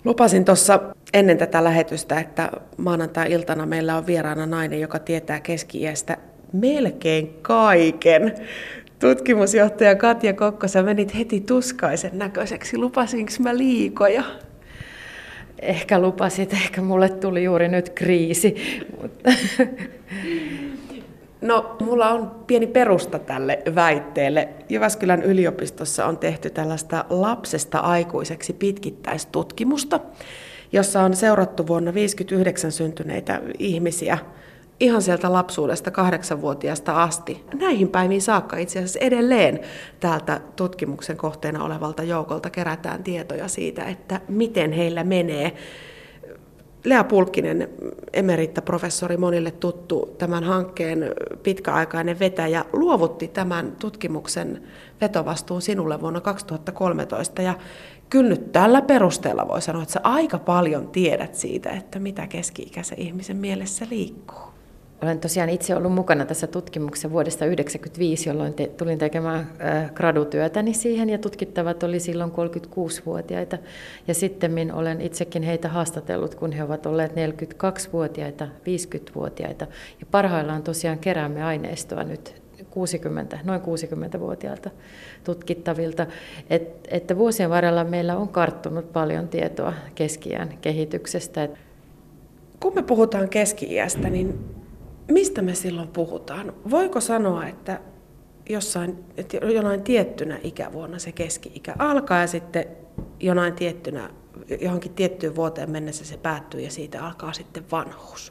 Lupasin tuossa ennen tätä lähetystä, että maanantai-iltana meillä on vieraana nainen, joka tietää keski-iästä melkein kaiken. Tutkimusjohtaja Katja Kokko, sä menit heti tuskaisen näköiseksi. Lupasinko mä liikoja? Ehkä lupasit, ehkä mulle tuli juuri nyt kriisi. No, mulla on pieni perusta tälle väitteelle. Jyväskylän yliopistossa on tehty tällaista lapsesta aikuiseksi pitkittäistutkimusta, jossa on seurattu vuonna 1959 syntyneitä ihmisiä ihan sieltä lapsuudesta 8-vuotiaasta asti. Näihin päiviin saakka itse asiassa edelleen täältä tutkimuksen kohteena olevalta joukolta kerätään tietoja siitä, että miten heillä menee. Lea Pulkkinen, emerittaprofessori, monille tuttu tämän hankkeen pitkäaikainen vetäjä, luovutti tämän tutkimuksen vetovastuun sinulle vuonna 2013. Ja kyllä nyt tällä perusteella voi sanoa, että sä aika paljon tiedät siitä, että mitä keski-ikäisen ihmisen mielessä liikkuu. Olen tosiaan itse ollut mukana tässä tutkimuksessa vuodesta 1995, jolloin tulin tekemään gradutyötäni siihen, ja tutkittavat oli silloin 36-vuotiaita. Ja sitten olen itsekin heitä haastatellut, kun he ovat olleet 42-vuotiaita, 50-vuotiaita. Ja parhaillaan tosiaan keräämme aineistoa nyt noin 60-vuotiailta tutkittavilta, että vuosien varrella meillä on karttunut paljon tietoa keski-iän kehityksestä. Kun me puhutaan keski-iästä, niin mistä me silloin puhutaan? Voiko sanoa, että jonain tiettynä ikävuonna se keski-ikä alkaa ja sitten johonkin tiettyyn vuoteen mennessä se päättyy ja siitä alkaa sitten vanhuus?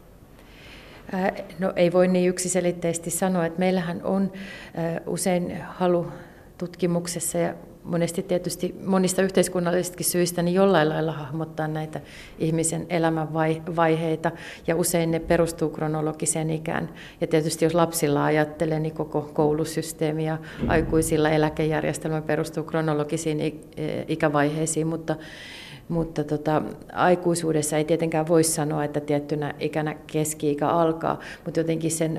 No ei voi niin yksiselitteisesti sanoa, että meillähän on usein halu tutkimuksessa ja monesti tietysti monista yhteiskunnallisista syistä niin jollain lailla hahmottaa näitä ihmisen elämän vaiheita, ja usein ne perustuu kronologiseen ikään. Ja tietysti jos lapsilla ajattelee, niin koko koulusysteemi ja aikuisilla eläkejärjestelmä perustuu kronologisiin ikävaiheisiin, mutta aikuisuudessa ei tietenkään voi sanoa, että tiettynä ikänä keski-ikä alkaa, mutta jotenkin sen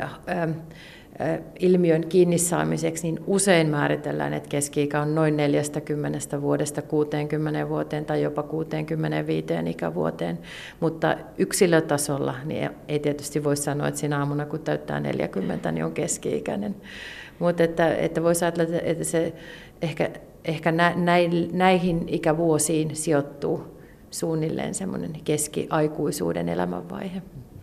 ilmiön kiinni saamiseksi niin usein määritellään, että keski-ikä on noin 40 vuodesta 60 vuoteen tai jopa 65 ikävuoteen, mutta yksilötasolla niin ei tietysti voi sanoa, että siinä aamuna kun täyttää 40, niin on keski-ikäinen, mutta että voisi ajatella, että se ehkä näihin ikävuosiin sijoittuu suunnilleen semmoinen keskiaikuisuuden elämänvaihe.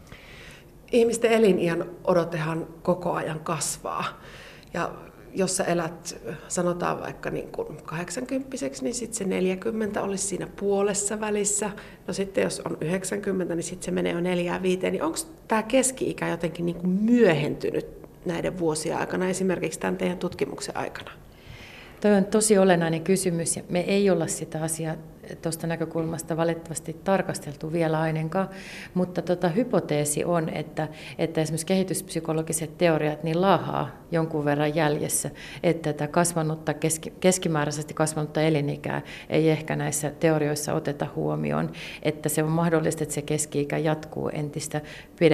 Ihmisten eliniän odotehan koko ajan kasvaa. Ja jos sä elät, sanotaan vaikka niin kuin 80-vuotiaaksi, niin sitten se 40 olisi siinä puolessa välissä. No sitten jos on 90, niin sitten se menee jo 4-5. Niin onko tämä keski-ikä jotenkin niin kuin myöhentynyt näiden vuosien aikana, esimerkiksi tämän teidän tutkimuksen aikana? Tuo on tosi olennainen kysymys, ja me ei olla sitä asiaa tuosta näkökulmasta valitettavasti tarkasteltu vielä ainakaan, mutta hypoteesi on, että esimerkiksi kehityspsykologiset teoriat niin laahaa jonkun verran jäljessä, että tätä keskimääräisesti kasvanutta elinikää ei ehkä näissä teorioissa oteta huomioon, että se on mahdollista, että se keski-ikä jatkuu entistä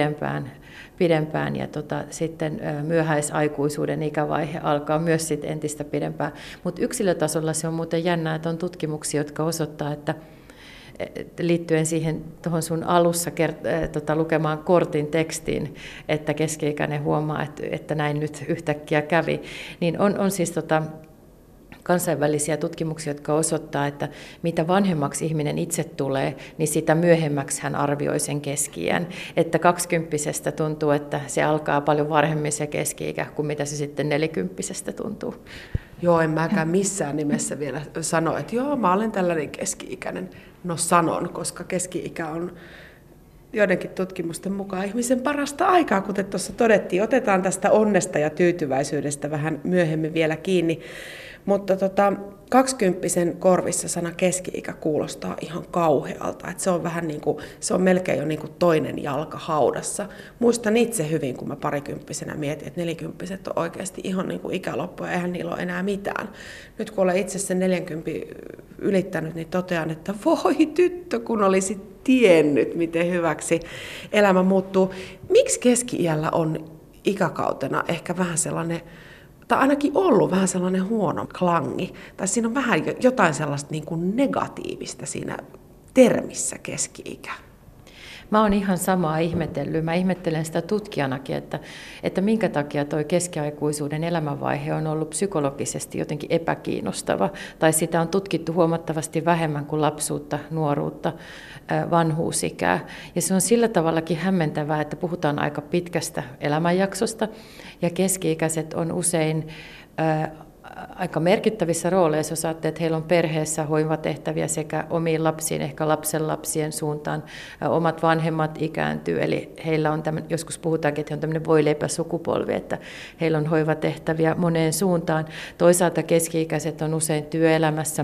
pidempään ja sitten myöhäisaikuisuuden ikävaihe alkaa myös sit entistä pidempään. Mutta yksilötasolla se on muuten jännää, että on tutkimuksia, jotka osoittaa, että liittyen siihen tuohon sun alussa lukemaan kortin tekstiin, että keski-ikäinen huomaa, että näin nyt yhtäkkiä kävi, niin on siis kansainvälisiä tutkimuksia, jotka osoittaa, että mitä vanhemmaksi ihminen itse tulee, niin sitä myöhemmäksi hän arvioi sen keski-iän. Että 20-vuotiaasta tuntuu, että se alkaa paljon varhemmin se keski-ikä, kuin mitä se sitten 40-vuotiaasta tuntuu. Joo, en mäkään missään nimessä vielä sano, että joo, mä olen tällainen keski-ikäinen. No sanon, koska keski-ikä on joidenkin tutkimusten mukaan ihmisen parasta aikaa, kuten tuossa todettiin. Otetaan tästä onnesta ja tyytyväisyydestä vähän myöhemmin vielä kiinni. Mutta 20-vuotiaan korvissa sana keski-ikä kuulostaa ihan kauhealta. Että se on vähän niin kuin, se on melkein jo niin kuin toinen jalka haudassa. Muistan itse hyvin, kun mä parikymppisenä mietin, että 40-vuotiaat on oikeasti ihan niin kuin ikäloppu ja eihän niillä ole enää mitään. Nyt kun olen itse sen 40 ylittänyt, niin totean, että voi tyttö, kun olisit tiennyt, miten hyväksi elämä muuttuu. Miksi keski-iällä on ikäkautena ehkä vähän sellainen, tai ainakin ollut vähän sellainen huono klangi, tai siinä on vähän jotain sellaista niin kuin negatiivista siinä termissä keski-ikä? Mä oon ihan samaa ihmetellyt. Mä ihmettelen sitä tutkijanakin, että minkä takia toi keskiaikuisuuden elämänvaihe on ollut psykologisesti jotenkin epäkiinnostava. Tai sitä on tutkittu huomattavasti vähemmän kuin lapsuutta, nuoruutta, vanhuusikää. Ja se on sillä tavallakin hämmentävää, että puhutaan aika pitkästä elämänjaksosta. Ja keski-ikäiset on usein aika merkittävissä rooleissa, jos ajattelee, että heillä on perheessä hoivatehtäviä sekä omiin lapsiin, ehkä lapsenlapsien suuntaan. Omat vanhemmat ikääntyy, eli heillä on joskus puhutaankin, että he on tämmöinen voileipäsukupolvi, että heillä on hoivatehtäviä moneen suuntaan. Toisaalta keski-ikäiset on usein työelämässä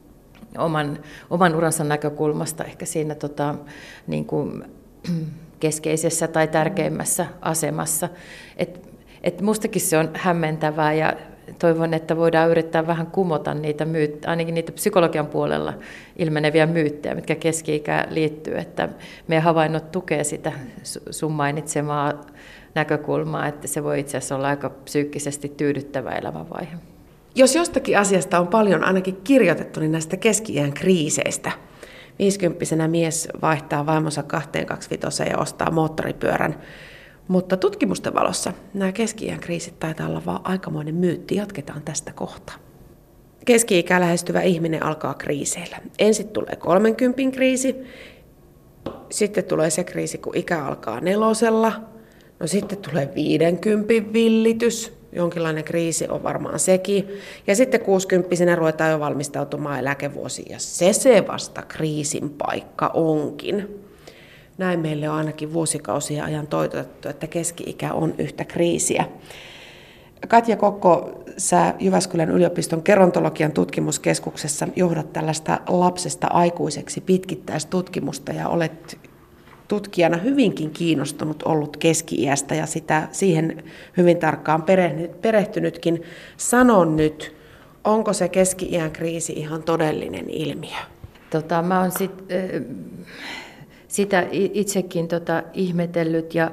oman uransa näkökulmasta ehkä siinä niin kuin keskeisessä tai tärkeimmässä asemassa. Et mustakin se on hämmentävää ja toivon, että voidaan yrittää vähän kumota niitä ainakin niitä psykologian puolella ilmeneviä myyttejä, mitkä keski-ikään liittyy, että meidän havainnot tukee sitä sun mainitsemaa näkökulmaa, että se voi itse asiassa olla aika psyykkisesti tyydyttävä elämänvaihe. Jos jostakin asiasta on paljon ainakin kirjoitettu, niin näistä keski-iän kriiseistä. 50-vuotias mies vaihtaa vaimonsa 225 ja ostaa moottoripyörän. Mutta tutkimusten valossa nämä keski-iän kriisit taitaa olla vaan aikamoinen myytti. Jatketaan tästä kohta. Keski-ikää lähestyvä ihminen alkaa kriiseillä. Ensin tulee 30 kriisi, sitten tulee se kriisi, kun ikä alkaa 4. No sitten tulee 50 villitys, jonkinlainen kriisi on varmaan sekin. Ja sitten 60 ruvetaan jo valmistautumaan eläkevuosiin ja se vasta kriisin paikka onkin. Näin meille on ainakin vuosikausia ajan toitotettu, että keski-ikä on yhtä kriisiä. Katja Kokko, sä Jyväskylän yliopiston gerontologian tutkimuskeskuksessa johdat tällaista lapsesta aikuiseksi pitkittäistutkimusta ja olet tutkijana hyvinkin kiinnostunut ollut keski-iästä ja siihen hyvin tarkkaan perehtynytkin. Sanon nyt, onko se keski-iän kriisi ihan todellinen ilmiö? Mä oon sitä itsekin ihmetellyt ja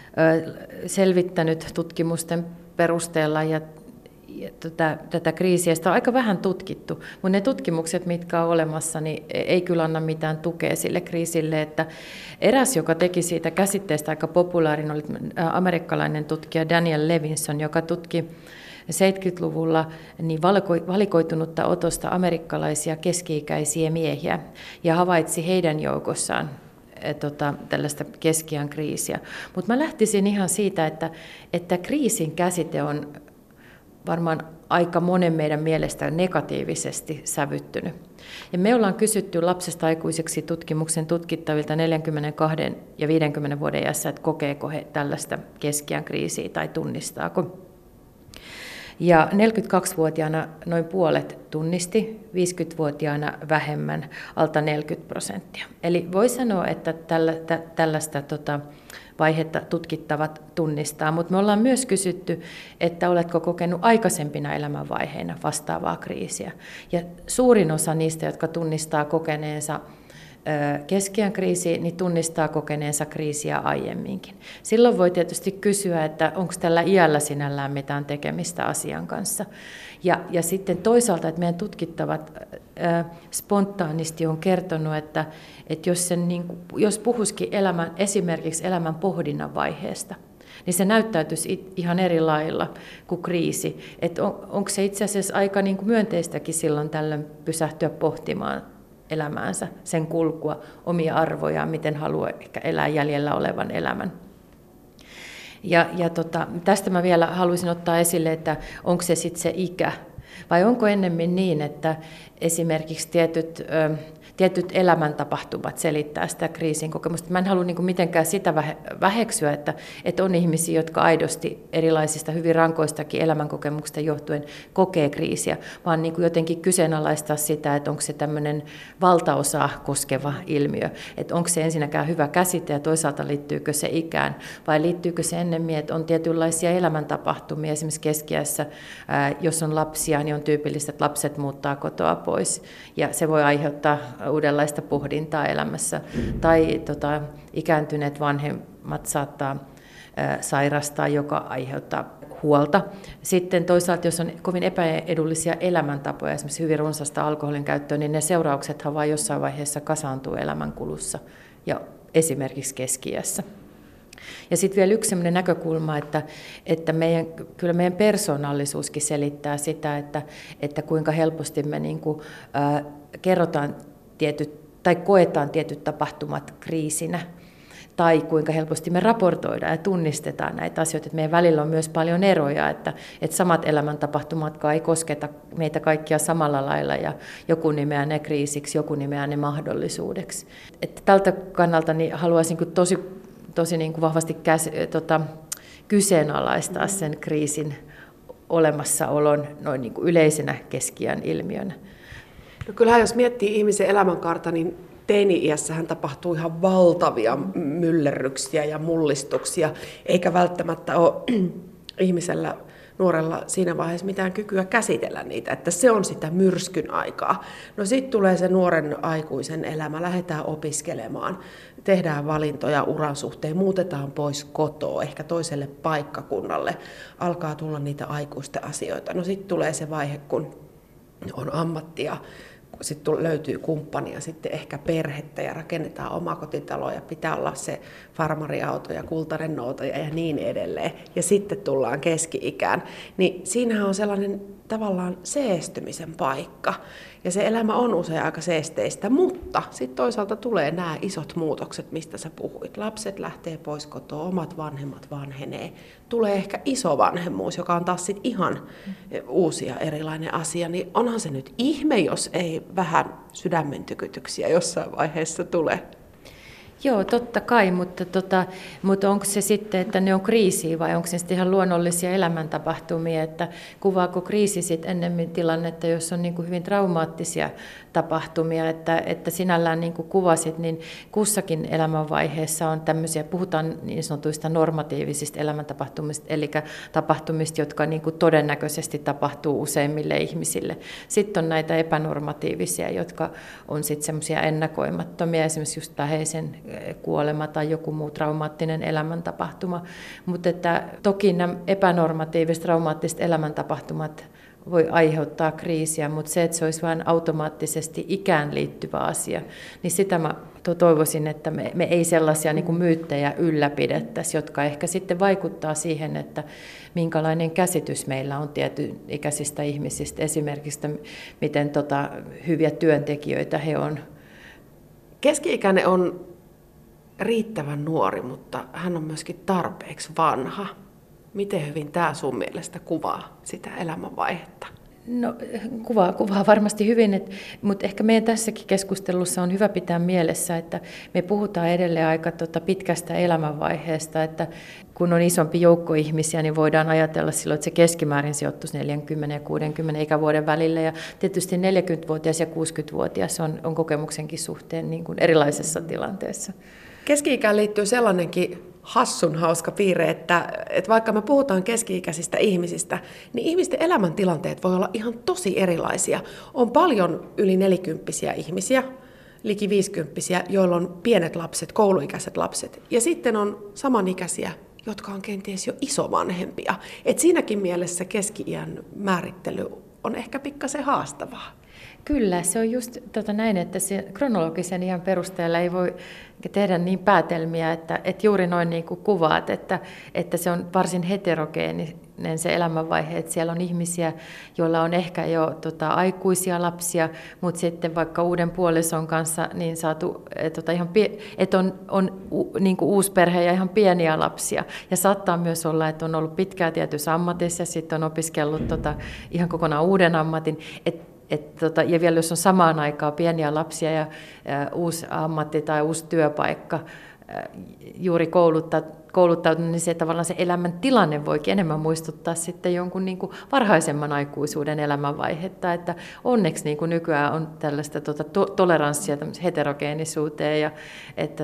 selvittänyt tutkimusten perusteella ja tätä kriisiä. Sitä on aika vähän tutkittu, mutta ne tutkimukset, mitkä on olemassa, niin ei kyllä anna mitään tukea sille kriisille. Että eräs, joka teki siitä käsitteestä aika populaarin, oli amerikkalainen tutkija Daniel Levinson, joka tutki 70-luvulla niin valikoitunutta otosta amerikkalaisia keski-ikäisiä miehiä ja havaitsi heidän joukossaan tällaista keski-iän kriisiä. Mutta mä lähtisin ihan siitä, että kriisin käsite on varmaan aika monen meidän mielestä negatiivisesti sävyttynyt. Ja me ollaan kysytty lapsesta aikuiseksi tutkimuksen tutkittavilta 42 ja 50 vuoden iässä, että kokeeko he tällaista keski-iän kriisiä tai tunnistaako. Ja 42-vuotiaana noin puolet tunnisti, 50-vuotiaana vähemmän, alta 40%. Eli voi sanoa, että tällaista vaihetta tutkittavat tunnistaa, mutta me ollaan myös kysytty, että oletko kokenut aikaisempina elämänvaiheina vastaavaa kriisiä. Ja suurin osa niistä, jotka tunnistaa kokeneensa keski-iän kriisiä, niin tunnistaa kokeneensa kriisiä aiemminkin. Silloin voi tietysti kysyä, että onko tällä iällä sinällään mitään tekemistä asian kanssa. Ja sitten toisaalta, että meidän tutkittavat spontaanisti on kertonut, että jos puhuisikin esimerkiksi elämän pohdinnan vaiheesta, niin se näyttäytyisi ihan eri lailla kuin kriisi. Että onko se itse asiassa aika niin kuin myönteistäkin silloin tällöin pysähtyä pohtimaan elämäänsä, sen kulkua, omia arvojaan, miten haluaa ehkä elää jäljellä olevan elämän. Ja tästä mä vielä haluaisin ottaa esille, että onko se sitten se ikä, vai onko ennemmin niin, että esimerkiksi tietyt elämäntapahtumat selittää sitä kriisin kokemusta. Mä en halua mitenkään sitä väheksyä, että on ihmisiä, jotka aidosti erilaisista hyvin rankoistakin elämänkokemuksista johtuen kokee kriisiä, vaan jotenkin kyseenalaistaa sitä, että onko se tämmöinen valtaosaa koskeva ilmiö, että onko se ensinnäkään hyvä käsite ja toisaalta liittyykö se ikään, vai liittyykö se ennemmin, että on tietynlaisia elämäntapahtumia, esimerkiksi keski-iässä, jos on lapsia, niin on tyypillistä, että lapset muuttaa kotoa pois, ja se voi aiheuttaa uudenlaista pohdintaa elämässä. Tai ikääntyneet vanhemmat saattaa sairastaa, joka aiheuttaa huolta. Sitten toisaalta, jos on kovin epäedullisia elämäntapoja, esimerkiksi hyvin runsasta alkoholin käyttöä, niin ne seurauksethan vaan jossain vaiheessa kasaantuu elämänkulussa ja esimerkiksi keski-iässä. Ja sitten vielä yksi sellainen näkökulma, että kyllä meidän persoonallisuuskin selittää sitä, että kuinka helposti me kerrotaan tai koetaan tietyt tapahtumat kriisinä, tai kuinka helposti me raportoidaan ja tunnistetaan näitä asioita. Että meidän välillä on myös paljon eroja, että samat elämäntapahtumatkaan ei kosketa meitä kaikkia samalla lailla, ja joku nimeää ne kriisiksi, joku nimeää ne mahdollisuudeksi. Että tältä kannalta niin haluaisin tosi niin kuin vahvasti kyseenalaistaa sen kriisin olemassaolon noin niin kuin yleisenä keski-iän ilmiönä. No kyllähän jos miettii ihmisen elämänkaarta, niin teini-iässähän tapahtuu ihan valtavia myllerryksiä ja mullistuksia, eikä välttämättä ole ihmisellä, nuorella siinä vaiheessa mitään kykyä käsitellä niitä, että se on sitä myrskyn aikaa. No sitten tulee se nuoren aikuisen elämä, lähdetään opiskelemaan, tehdään valintoja uran suhteen, muutetaan pois kotoa, ehkä toiselle paikkakunnalle, alkaa tulla niitä aikuisten asioita. No sitten tulee se vaihe, kun on ammattia, sitten löytyy kumppania, sitten ehkä perhettä ja rakennetaan omakotitalo ja pitää olla se farmariauto ja kultainen noutaja ja niin edelleen. Ja sitten tullaan keski-ikään. Niin siinähän on sellainen tavallaan seestymisen paikka. Ja se elämä on usein aika seesteistä, mutta sitten toisaalta tulee nämä isot muutokset, mistä sä puhuit. Lapset lähtee pois kotoa, omat vanhemmat vanhenee. Tulee ehkä isovanhemmuus, joka on taas sit ihan uusi ja erilainen asia. Niin onhan se nyt ihme, jos ei vähän sydämen tykytyksiä jossain vaiheessa tule. Joo, totta kai, mutta onko se sitten, että ne on kriisiä vai onko se sitten ihan luonnollisia elämäntapahtumia, että kuvaako kriisi sitten ennemmin tilannetta, jos on niin kuin hyvin traumaattisia tapahtumia, että sinällään niin kuin kuvasit, niin kussakin elämänvaiheessa on tämmöisiä, puhutaan niin sanotuista normatiivisista elämäntapahtumista, eli tapahtumista, jotka niin kuin todennäköisesti tapahtuu useimmille ihmisille. Sitten on näitä epänormatiivisia, jotka on sitten semmoisia ennakoimattomia, esimerkiksi just läheisen kuolema tai joku muu traumaattinen elämäntapahtuma, mutta että toki nämä epänormatiiviset traumaattiset elämäntapahtumat voi aiheuttaa kriisiä, mutta se, että se olisi vain automaattisesti ikään liittyvä asia, niin sitä mä toivoisin, että me ei sellaisia niin kuin myyttejä ylläpidettäisi, jotka ehkä sitten vaikuttaa siihen, että minkälainen käsitys meillä on tietyn ikäisistä ihmisistä, esimerkiksi miten hyviä työntekijöitä he on. Keski-ikäinen on riittävän nuori, mutta hän on myöskin tarpeeksi vanha. Miten hyvin tämä sun mielestä kuvaa sitä elämänvaihetta? No, kuvaa varmasti hyvin, mutta ehkä meidän tässäkin keskustelussa on hyvä pitää mielessä, että me puhutaan edelleen aika pitkästä elämänvaiheesta, että kun on isompi joukko ihmisiä, niin voidaan ajatella silloin, että se keskimäärin sijoittuisi 40 ja 60 ikävuoden välillä, ja tietysti 40-vuotias ja 60-vuotias on kokemuksenkin suhteen niin kuin erilaisessa tilanteessa. Keski-ikään liittyy sellainenkin hassun hauska piirre, että vaikka me puhutaan keski-ikäisistä ihmisistä, niin ihmisten elämäntilanteet voi olla ihan tosi erilaisia. On paljon yli 40-vuotiaita ihmisiä, liki 50-vuotiaita, joilla on pienet lapset, kouluikäiset lapset. Ja sitten on samanikäisiä, jotka on kenties jo isovanhempia. Et siinäkin mielessä keski-iän määrittely on ehkä pikkasen haastavaa. Kyllä, se on just näin, että se kronologisen iän perusteella ei voi tehdä niin päätelmiä, että juuri noin niin kuin kuvaat, että se on varsin heterogeeninen se elämänvaihe, että siellä on ihmisiä, joilla on ehkä jo aikuisia lapsia, mutta sitten vaikka uuden puolison kanssa niin saatu, että on niin kuin uusi perhe ja ihan pieniä lapsia. Ja saattaa myös olla, että on ollut pitkään tietyssä ammatissa ja sitten on opiskellut ihan kokonaan uuden ammatin. Ja vielä jos on samaan aikaan pieniä lapsia ja uusi ammatti tai uusi työpaikka juuri kouluttautunut, niin se tavallaan se elämäntilanne voikin enemmän muistuttaa sitten jonkun niin kuin varhaisemman aikuisuuden elämänvaihetta. Että onneksi niin kuin nykyään on tällaista toleranssia heterogeenisuuteen ja että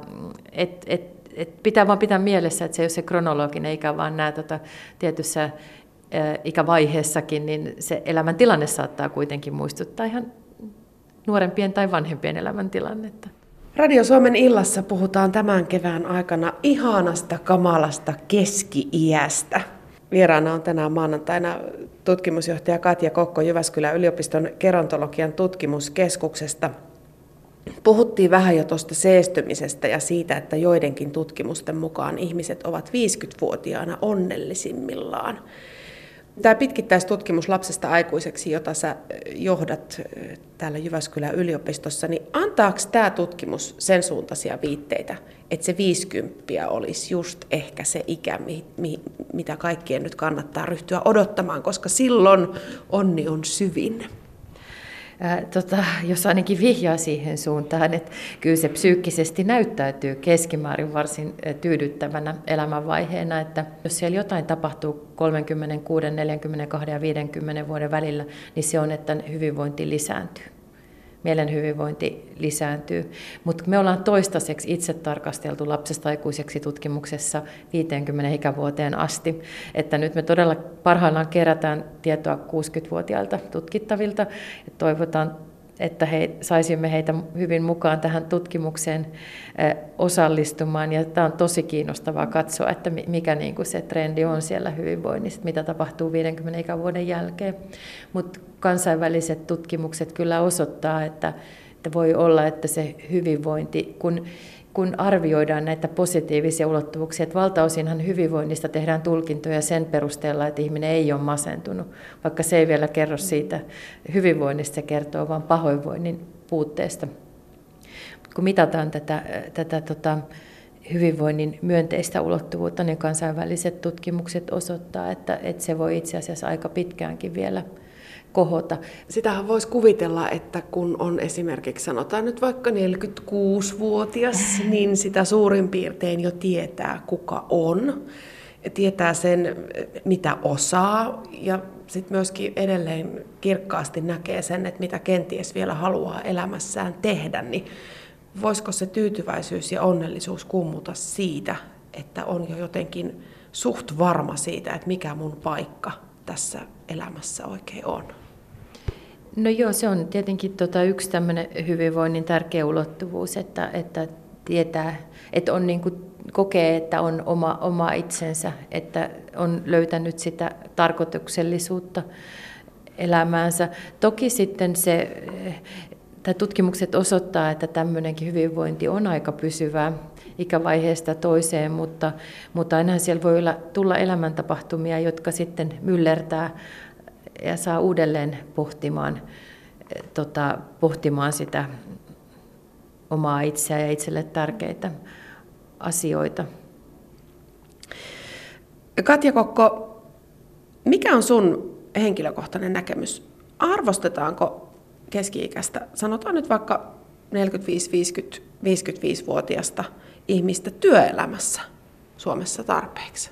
pitää vaan pitää mielessä, että se ei ole se kronologinen ikä, vaan nämä tietyssä ikävaiheessakin, niin se elämäntilanne saattaa kuitenkin muistuttaa ihan nuorempien tai vanhempien elämäntilannetta. Radio Suomen illassa puhutaan tämän kevään aikana ihanasta, kamalasta keski-iästä. Vieraana on tänään maanantaina tutkimusjohtaja Katja Kokko Jyväskylän yliopiston gerontologian tutkimuskeskuksesta. Puhuttiin vähän jo tuosta seestymisestä ja siitä, että joidenkin tutkimusten mukaan ihmiset ovat 50-vuotiaana onnellisimmillaan. Tämä pitkittäistutkimus lapsesta aikuiseksi, jota sä johdat täällä Jyväskylän yliopistossa, niin antaako tämä tutkimus sen suuntaisia viitteitä, että se 50 olisi just ehkä se ikä, mitä kaikkien nyt kannattaa ryhtyä odottamaan, koska silloin onni on syvin? Jos ainakin vihjaa siihen suuntaan, että kyllä se psyykkisesti näyttäytyy keskimäärin varsin tyydyttävänä elämänvaiheena, että jos siellä jotain tapahtuu 36, 42 ja 50 vuoden välillä, niin se on, että hyvinvointi lisääntyy. Mielen hyvinvointi lisääntyy, mutta me ollaan toistaiseksi itse tarkasteltu lapsesta aikuiseksi tutkimuksessa 50 ikävuoteen asti, että nyt me todella parhaillaan kerätään tietoa 60-vuotiailta tutkittavilta, ja toivotaan, että saisimme heitä hyvin mukaan tähän tutkimukseen osallistumaan, ja tämä on tosi kiinnostavaa katsoa, että mikä niin kuin se trendi on siellä hyvinvoinnissa, mitä tapahtuu 50 ikävuoden jälkeen, mutta kansainväliset tutkimukset kyllä osoittaa, että voi olla, että se hyvinvointi, kun arvioidaan näitä positiivisia ulottuvuuksia, että valtaosinhan hyvinvoinnista tehdään tulkintoja sen perusteella, että ihminen ei ole masentunut, vaikka se ei vielä kerro siitä hyvinvoinnista, se kertoo vaan pahoinvoinnin puutteesta. Kun mitataan tätä hyvinvoinnin myönteistä ulottuvuutta, niin kansainväliset tutkimukset osoittaa, että se voi itse asiassa aika pitkäänkin vielä kohota. Sitähän voisi kuvitella, että kun on esimerkiksi sanotaan nyt vaikka 46-vuotias, niin sitä suurin piirtein jo tietää, kuka on. Tietää sen, mitä osaa, ja sitten myöskin edelleen kirkkaasti näkee sen, että mitä kenties vielä haluaa elämässään tehdä, niin voisiko se tyytyväisyys ja onnellisuus kummuta siitä, että on jo jotenkin suht varma siitä, että mikä mun paikka tässä elämässä oikein on? No joo, se on tietenkin yksi tämmöinen hyvinvoinnin tärkeä ulottuvuus, että tietää, että on niin kuin kokee, että on oma itsensä, että on löytänyt sitä tarkoituksellisuutta elämäänsä. Toki sitten tutkimukset osoittaa, että tämmöinenkin hyvinvointi on aika pysyvää ikävaiheesta toiseen, mutta aina siellä voi tulla elämäntapahtumia, jotka sitten myllertää ja saa uudelleen pohtimaan sitä omaa itseä ja itselle tärkeitä asioita. Katja Kokko, mikä on sun henkilökohtainen näkemys? Arvostetaanko keski-ikäistä, sanotaan nyt vaikka 45-55-vuotiaista ihmistä työelämässä Suomessa tarpeeksi?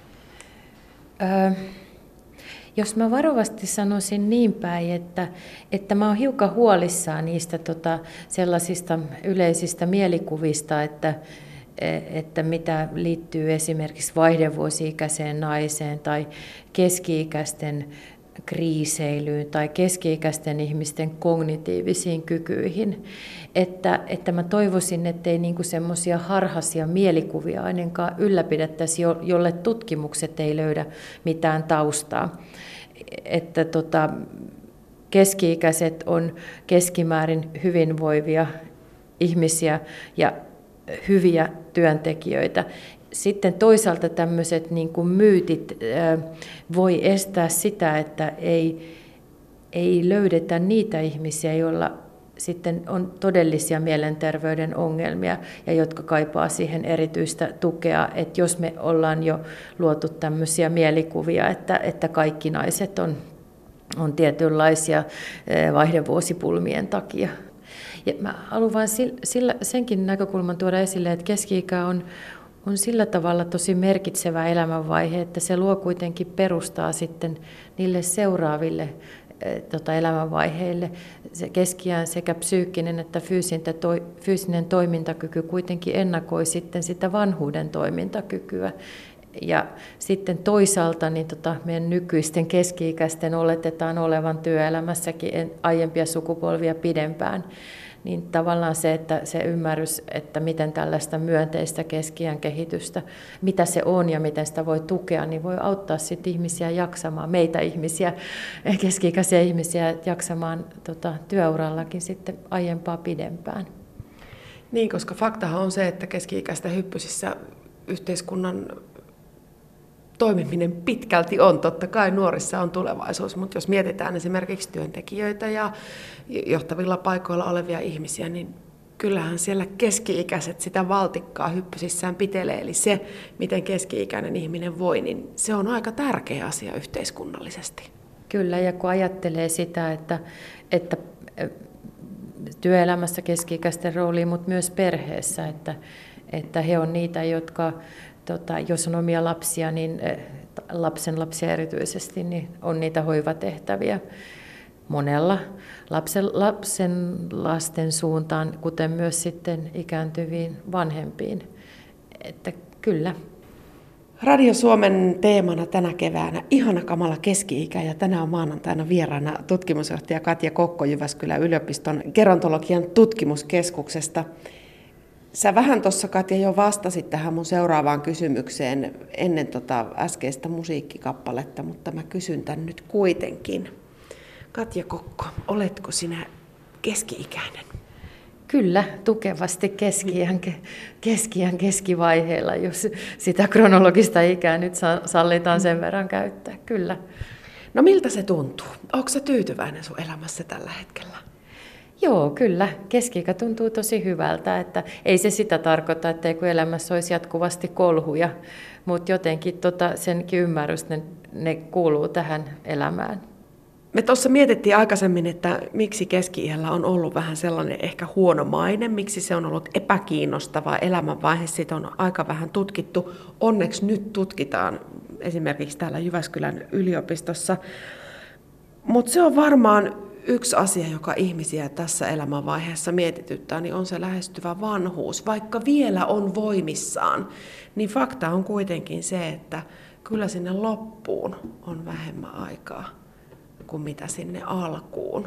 Jos mä varovasti sanoisin niin päin, että mä oon hiukan huolissaan niistä sellaisista yleisistä mielikuvista, että mitä liittyy esimerkiksi vaihdevuosi-ikäiseen naiseen tai keski-ikäisten kriiseilyyn tai keski-ikäisten ihmisten kognitiivisiin kykyihin. Että mä toivoisin, ettei niinku semmoisia harhaisia mielikuvia ainakaan ylläpidettäisi, jolle tutkimukset ei löydä mitään taustaa. Että keski-ikäiset on keskimäärin hyvinvoivia ihmisiä ja hyviä työntekijöitä. Sitten toisaalta tämmöiset niin kuin myytit voi estää sitä, että ei löydetä niitä ihmisiä, joilla sitten on todellisia mielenterveyden ongelmia ja jotka kaipaa siihen erityistä tukea. Että jos me ollaan jo luotu tämmöisiä mielikuvia, että kaikki naiset on tietynlaisia vaihdevuosipulmien takia. Ja mä haluan vain senkin näkökulman tuoda esille, että keski-ikä on sillä tavalla tosi merkitsevä elämänvaihe, että se luo kuitenkin perustaa sitten niille seuraaville elämänvaiheille. Se keski-iän sekä psyykkinen että fyysinen toimintakyky kuitenkin ennakoi sitten sitä vanhuuden toimintakykyä. Ja sitten toisaalta niin meidän nykyisten keski-ikäisten oletetaan olevan työelämässäkin aiempia sukupolvia pidempään. niin tavallaan se, että se ymmärrys, että miten tällaista myönteistä keski-iän kehitystä, mitä se on ja miten sitä voi tukea, niin voi auttaa sitten ihmisiä jaksamaan, meitä ihmisiä, keski-ikäisiä ihmisiä jaksamaan työurallakin sitten aiempaa pidempään. Niin, koska faktahan on se, että keski-ikäisten hyppysissä yhteiskunnan toimiminen pitkälti on. Totta kai nuorissa on tulevaisuus, mutta jos mietitään esimerkiksi työntekijöitä ja johtavilla paikoilla olevia ihmisiä, niin kyllähän siellä keski-ikäiset sitä valtikkaa hyppysissään pitelee. Eli se, miten keski-ikäinen ihminen voi, niin se on aika tärkeä asia yhteiskunnallisesti. Kyllä, ja kun ajattelee sitä, että työelämässä keski-ikäisten rooliin, mutta myös perheessä, että he on niitä, jotka, jos on omia lapsia, niin lapsen lapsia erityisesti, niin on niitä hoivatehtäviä monella lapsen lasten suuntaan, kuten myös sitten ikääntyviin vanhempiin. Että kyllä. Radio Suomen teemana tänä keväänä ihana kamala keski-ikä, ja tänään on maanantaina vieraana tutkimusjohtaja Katja Kokko Jyväskylän yliopiston gerontologian tutkimuskeskuksesta. Sä vähän tuossa, Katja, jo vastasit tähän mun seuraavaan kysymykseen ennen äskeistä musiikkikappaletta, mutta mä kysyn tän nyt kuitenkin. Katja Kokko, oletko sinä keski-ikäinen? Kyllä, tukevasti keski-iän keskivaiheella, jos sitä kronologista ikää nyt sallitaan sen verran käyttää, kyllä. No miltä se tuntuu? Onko sä tyytyväinen sun elämässä tällä hetkellä? Joo, kyllä. Keski-ikä tuntuu tosi hyvältä, että ei se sitä tarkoita, etteikö elämässä olisi jatkuvasti kolhuja, mutta jotenkin senkin ymmärrys, ne kuuluu tähän elämään. Me tuossa mietittiin aikaisemmin, että miksi keski-iällä on ollut vähän sellainen ehkä huono maine, miksi se on ollut epäkiinnostava elämänvaihe, siitä on aika vähän tutkittu. Onneksi nyt tutkitaan esimerkiksi täällä Jyväskylän yliopistossa, mutta se on varmaan yksi asia, joka ihmisiä tässä elämänvaiheessa mietityttää, niin on se lähestyvä vanhuus. Vaikka vielä on voimissaan, niin fakta on kuitenkin se, että kyllä sinne loppuun on vähemmän aikaa kuin mitä sinne alkuun.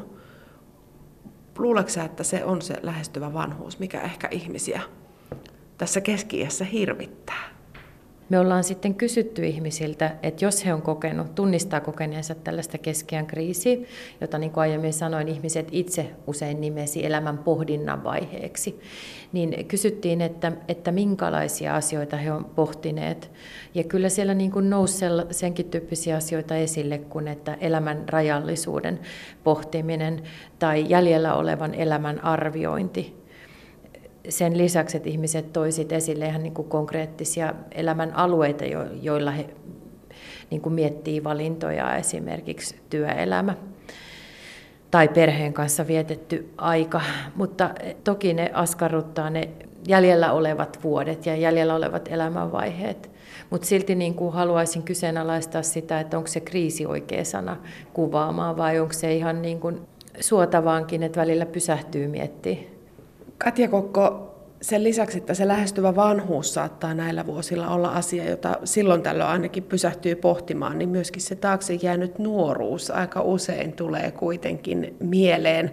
Luuletko sä, että se on se lähestyvä vanhuus, mikä ehkä ihmisiä tässä keski-iässä hirvittää? Me ollaan sitten kysytty ihmisiltä, että jos he on tunnistaa kokeneensa tällaista keski-iän kriisiä, jota niin kuin aiemmin sanoin, ihmiset itse usein nimesi elämän pohdinnan vaiheeksi, niin kysyttiin, että minkälaisia asioita he on pohtineet. Ja kyllä siellä niin kuin nousi senkin tyyppisiä asioita esille, kuin että elämän rajallisuuden pohtiminen tai jäljellä olevan elämän arviointi. Sen lisäksi, että ihmiset toivat esille ihan niin kuin konkreettisia elämän alueita, joilla he niin kuin miettii valintoja, esimerkiksi työelämä tai perheen kanssa vietetty aika. Mutta toki ne askarruttaa ne jäljellä olevat vuodet ja jäljellä olevat elämänvaiheet. Mutta silti niin kuin haluaisin kyseenalaistaa sitä, että onko se kriisi oikea sana kuvaamaan vai onko se ihan niin kuin suotavaankin, että välillä pysähtyy miettimään. Katja Kokko, sen lisäksi, että se lähestyvä vanhuus saattaa näillä vuosilla olla asia, jota silloin tällöin ainakin pysähtyy pohtimaan, niin myöskin se taakse jäänyt nuoruus aika usein tulee kuitenkin mieleen.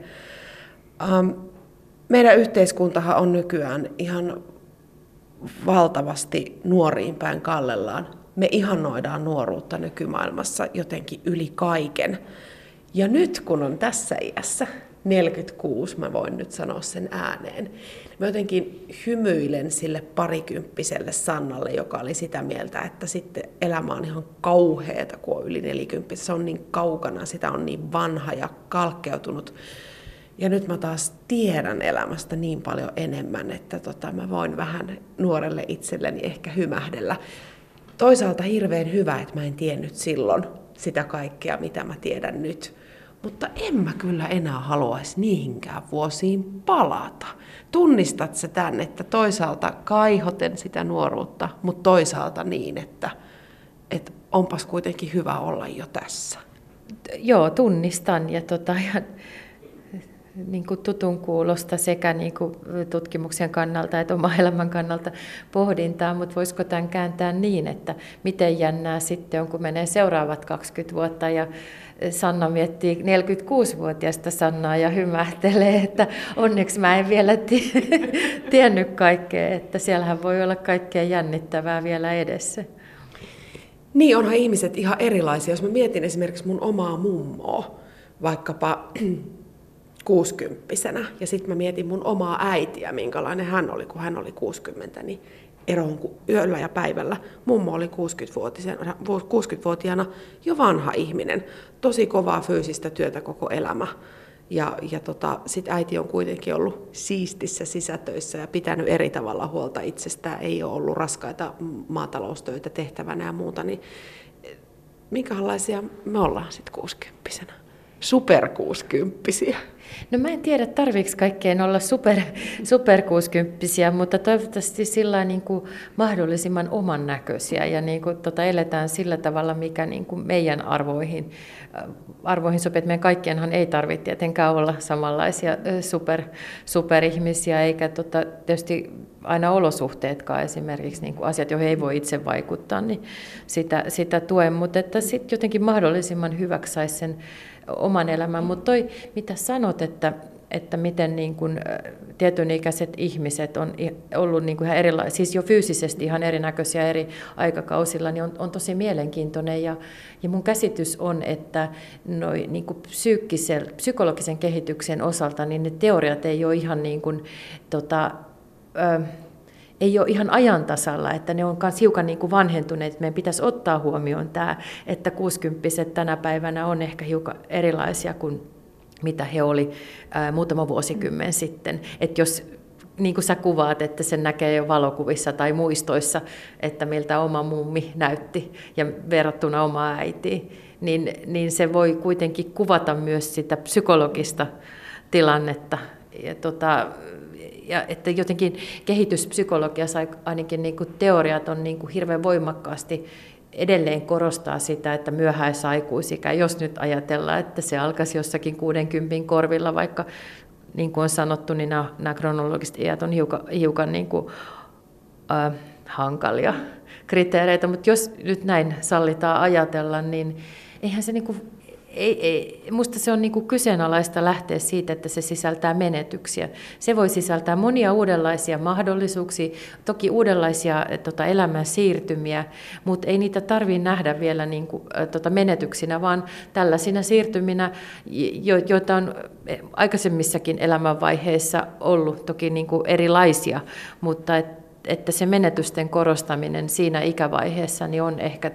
Meidän yhteiskuntahan on nykyään ihan valtavasti nuoriin päin kallellaan. Me ihannoidaan nuoruutta nykymaailmassa jotenkin yli kaiken. Ja nyt kun on tässä iässä, 46, mä voin nyt sanoa sen ääneen. Mä jotenkin hymyilen sille parikymppiselle Sannalle, joka oli sitä mieltä, että sitten elämä on ihan kauheata, kun on yli 40. Se on niin kaukana, sitä on niin vanha ja kalkkeutunut. Ja nyt mä taas tiedän elämästä niin paljon enemmän, että mä voin vähän nuorelle itselleni ehkä hymähdellä. Toisaalta hirveän hyvä, että mä en tiennyt silloin sitä kaikkea, mitä mä tiedän nyt. Mutta en mä kyllä enää haluaisi niihinkään vuosiin palata. Tunnistat sä tämän, että toisaalta kaihoten sitä nuoruutta, mutta toisaalta niin, että onpas kuitenkin hyvä olla jo tässä? Joo, tunnistan. Ja niin kuin tutun kuulosta sekä niin kuin tutkimuksen kannalta että oman elämän kannalta pohdintaa, mutta voisiko tämän kääntää niin, että miten jännää sitten on, kun menee seuraavat 20 vuotta ja Sanna miettii 46-vuotiaasta Sannaa ja hymähtelee, että onneksi mä en vielä tiennyt kaikkea, että siellähän voi olla kaikkea jännittävää vielä edessä. Niin, onhan ihmiset ihan erilaisia. Jos mä mietin esimerkiksi mun omaa mummoa, vaikkapa 60-vuotiaana, ja sitten mä mietin mun omaa äitiä, minkälainen hän oli, kun hän oli 60, niin ero on yöllä ja päivällä. Mummo oli 60-vuotiaana jo vanha ihminen, tosi kovaa fyysistä työtä koko elämä. Ja sitten äiti on kuitenkin ollut siistissä sisätöissä ja pitänyt eri tavalla huolta itsestään, ei ole ollut raskaita maataloustöitä tehtävänä ja muuta, niin minkälaisia me ollaan sitten 60-vuotiaana? Super 60-vuotiaita. No mä en tiedä, tarviiko kaikkeen olla super 60-vuotiaita, mutta toivottavasti sillä niin kuin mahdollisimman oman näköisiä ja niin kuin eletään sillä tavalla, mikä niin kuin meidän arvoihin sopii. Meidän kaikkienhan ei tarvitse tietenkään olla samanlaisia superihmisiä, eikä tietysti aina olosuhteetkaan esimerkiksi niin kuin asiat, joihin ei voi itse vaikuttaa, niin sitä tuen, mutta että sitten jotenkin mahdollisimman hyväksi saisi sen oman elämän. Mutta toi, mitä sanot, että miten niin kuin tietyn ikäiset ihmiset on ollut niin kuin ihan erilaisia, siis jo fyysisesti ihan erinäköisiä eri aikakausilla, niin on tosi mielenkiintoinen. Ja mun käsitys on, että noi niin kuin psykologisen kehityksen osalta niin ne teoriat ei ole ihan niin kuin, ei ole ihan ajan tasalla, että ne on myös hiukan niin kuin vanhentuneet. Meidän pitäisi ottaa huomioon tämä, että 60-vuotiaat tänä päivänä on ehkä hiukan erilaisia kuin mitä he oli muutama vuosikymmen sitten. Että jos, niin kuin sä kuvaat, että sen näkee jo valokuvissa tai muistoissa, että miltä oma mummi näytti ja verrattuna omaa äitiin, niin se voi kuitenkin kuvata myös sitä psykologista tilannetta. Ja että jotenkin kehityspsykologiassa ainakin niin kuin teoriat on niin kuin hirveän voimakkaasti edelleen korostaa sitä, että myöhäisaikuisikä, jos nyt ajatellaan, että se alkaisi jossakin 60 korvilla, vaikka niin kuin on sanottu, niin nämä kronologiset iät on hiukan niin kuin, hankalia kriteereitä, mutta jos nyt näin sallitaan ajatella, niin eihän se niin kuin, musta se on niin kuin kyseenalaista lähteä siitä, että se sisältää menetyksiä. Se voi sisältää monia uudenlaisia mahdollisuuksia, toki uudenlaisia elämän siirtymiä, mutta ei niitä tarvitse nähdä vielä niin kuin, menetyksinä, vaan tällaisina siirtyminä, joita on aikaisemmissakin elämänvaiheissa ollut toki niin kuin erilaisia, mutta että se menetysten korostaminen siinä ikävaiheessa niin on ehkä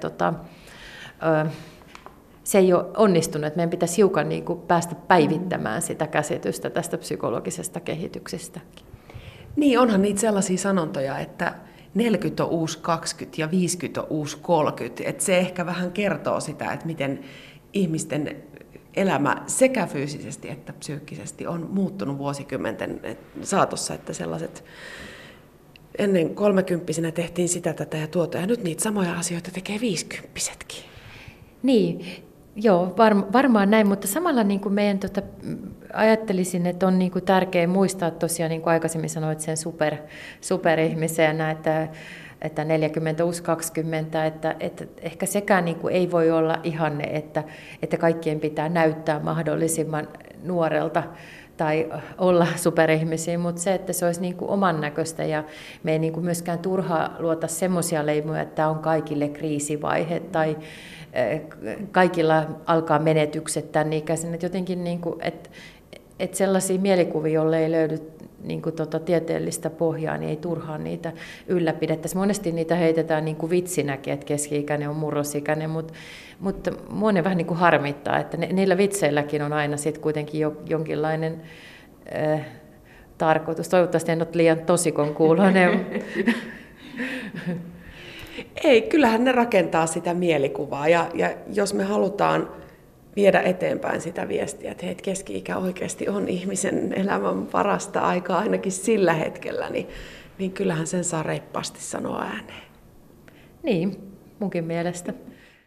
se ei ole onnistunut, että meidän pitäisi hiukan niin kuin päästä päivittämään sitä käsitystä tästä psykologisesta kehityksestä. Niin, onhan niitä sellaisia sanontoja, että 40 on uusi 20 ja 50 on uusi 30. Että se ehkä vähän kertoo sitä, että miten ihmisten elämä sekä fyysisesti että psyykkisesti on muuttunut vuosikymmenten saatossa, että sellaiset ennen 30-vuotiaana tehtiin sitä, tätä ja tuota, ja nyt niitä samoja asioita tekee 50-vuotiaatkin. Niin, joo, varmaan näin, mutta samalla niin kuin meidän ajattelisin, että on niin kuin tärkeää muistaa tosiaan, niin kuin aikaisemmin sanoit, sen superihmisenä, että 40 uusi 20, että ehkä sekään niin kuin ei voi olla ihanne, että kaikkien pitää näyttää mahdollisimman nuorelta tai olla superihmisiä, mutta se, että se olisi niin kuin oman näköistä ja me ei niin kuin myöskään turhaa luota semmoisia leimoja, että tämä on kaikille kriisivaihe tai kaikilla alkaa menetykset tämän ikäisen, että jotenkin niin kuin, että sellaisia mielikuvia, joille ei löydy niin kuin tieteellistä pohjaa, niin ei turhaan niitä ylläpidettäisi. Monesti niitä heitetään niin kuin vitsinäkin, että keski-ikäinen on murrosikäinen, mutta mua ne vähän niin kuin harmittaa, että niillä vitseilläkin on aina sitten kuitenkin jonkinlainen tarkoitus. Toivottavasti en ole liian tosikon kuuloinen. Ei, kyllähän ne rakentaa sitä mielikuvaa ja jos me halutaan viedä eteenpäin sitä viestiä, että keski-ikä oikeasti on ihmisen elämän parasta aikaa ainakin sillä hetkellä, niin kyllähän sen saa reippaasti sanoa ääneen. Niin, munkin mielestä.